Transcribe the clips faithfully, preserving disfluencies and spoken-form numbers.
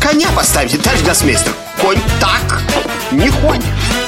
коня поставите, товарищ гроссмейстер. Конь так не ходит.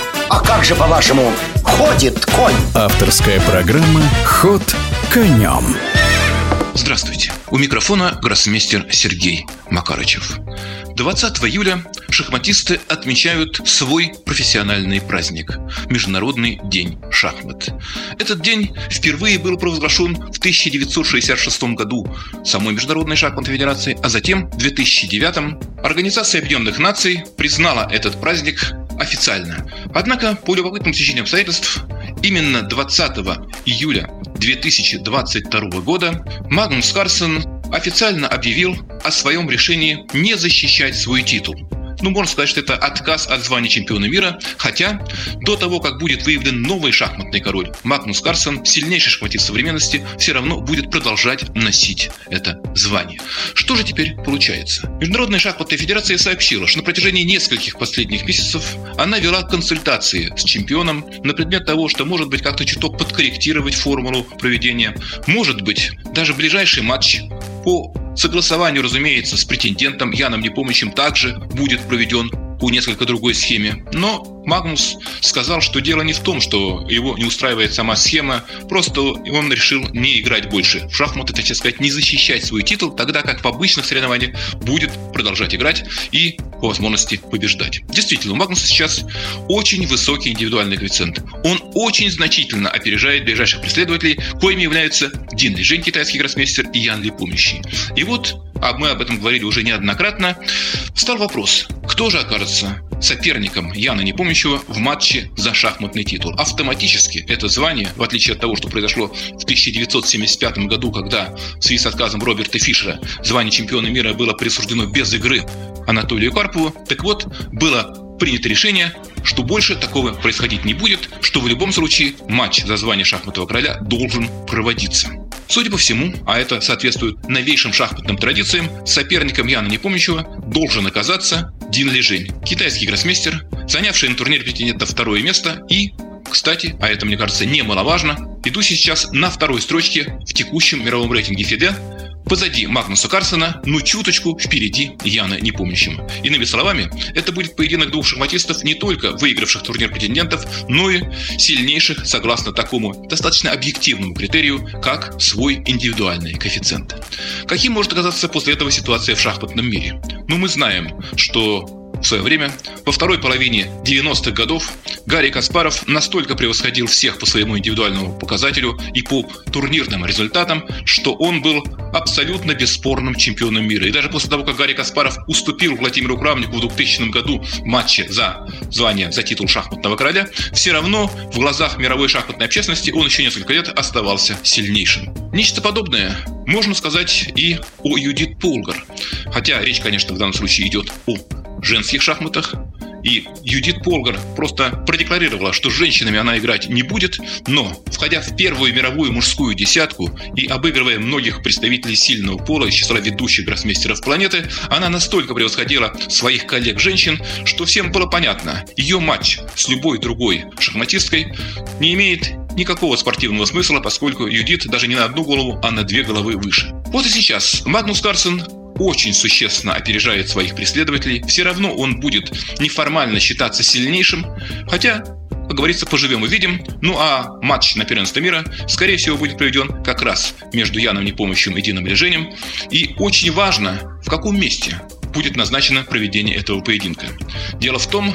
А как же, по-вашему, ходит конь? Авторская программа «Ход конем». Здравствуйте. У микрофона гроссмейстер Сергей Макарычев. двадцатого июля шахматисты отмечают свой профессиональный праздник – Международный день шахмат. Этот день впервые был провозглашен в тысяча девятьсот шестьдесят шестом году самой Международной шахматной федерацией, а затем в две тысячи девятом Организация Объединенных Наций признала этот праздник официально. Однако, по любопытному течению обстоятельств, именно двадцатого июля две тысячи двадцать второго года Магнус Карлсен официально объявил о своем решении не защищать свой титул. Ну, можно сказать, что это отказ от звания чемпиона мира, хотя до того, как будет выявлен новый шахматный король, Магнус Карлсен, сильнейший шахматист современности, все равно будет продолжать носить это звание. Что же теперь получается? Международная шахматная федерация сообщила, что на протяжении нескольких последних месяцев она вела консультации с чемпионом на предмет того, что, может быть, как-то чуток подкорректировать формулу проведения, может быть, даже ближайший матч по согласованию, разумеется, с претендентом Яном Непомнящим также будет проведен по несколько другой схеме. Но Магнус сказал, что дело не в том, что его не устраивает сама схема, просто он решил не играть больше в шахматы, так сказать, не защищать свой титул, тогда как в обычных соревнованиях будет продолжать играть и по возможности побеждать. Действительно, у Магнуса сейчас очень высокий индивидуальный коэффициент. Он очень значительно опережает ближайших преследователей, коими являются Дин Лижень, китайский гроссмейстер, и Ян Непомнящий. И вот, а мы об этом говорили уже неоднократно, встал вопрос, кто же окажется соперником Яна Непомнящего в матче за шахматный титул. Автоматически это звание, в отличие от того, что произошло в тысяча девятьсот семьдесят пятом году, когда в связи с отказом Роберта Фишера звание чемпиона мира было присуждено без игры Анатолию Карпову, так вот, было принято решение, что больше такого происходить не будет, что в любом случае матч за звание шахматного короля должен проводиться. Судя по всему, а это соответствует новейшим шахматным традициям, соперником Яна Непомнящего должен оказаться Дин Лижень, китайский гроссмейстер, занявший на турнире претендентов второе место и, кстати, а это, мне кажется, немаловажно, идущий сейчас на второй строчке в текущем мировом рейтинге ФИДЕ, позади Магнуса Карлсена, но чуточку впереди Яна Непомнящего. Иными словами, это будет поединок двух шахматистов, не только выигравших турнир претендентов, но и сильнейших, согласно такому достаточно объективному критерию, как свой индивидуальный коэффициент. Каким может оказаться после этого ситуация в шахматном мире? Ну, мы знаем, что в свое время, во второй половине девяностых годов, Гарри Каспаров настолько превосходил всех по своему индивидуальному показателю и по турнирным результатам, что он был абсолютно бесспорным чемпионом мира. И даже после того, как Гарри Каспаров уступил Владимиру Крамнику в двухтысячном году в матче за звание, за титул шахматного короля, все равно в глазах мировой шахматной общественности он еще несколько лет оставался сильнейшим. Нечто подобное можно сказать и о Юдит Полгар. Хотя речь, конечно, в данном случае идет о женских шахматах. И Юдит Полгар просто продекларировала, что с женщинами она играть не будет, но, входя в первую мировую мужскую десятку и обыгрывая многих представителей сильного пола из числа ведущих гроссмейстеров планеты, она настолько превосходила своих коллег-женщин, что всем было понятно, ее матч с любой другой шахматисткой не имеет никакого спортивного смысла, поскольку Юдит даже не на одну голову, а на две головы выше. Вот и сейчас Магнус Карлсен очень существенно опережает своих преследователей. Все равно он будет неформально считаться сильнейшим, хотя, как говорится, поживем увидим. Ну а матч на первенство мира, скорее всего, будет проведен как раз между Яном Непомнящим и Дином Лиженем. И очень важно, в каком месте будет назначено проведение этого поединка. Дело в том,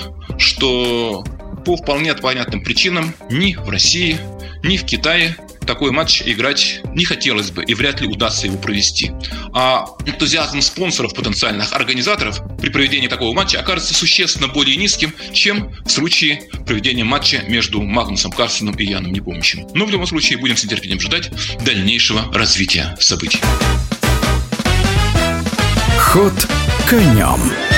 что по вполне понятным причинам ни в России, ни в Китае такой матч играть не хотелось бы и вряд ли удастся его провести. А энтузиазм спонсоров, потенциальных организаторов при проведении такого матча окажется существенно более низким, чем в случае проведения матча между Магнусом Карлсеном и Яном Непомнящим. Но в любом случае будем с нетерпением ждать дальнейшего развития событий. Ход конем.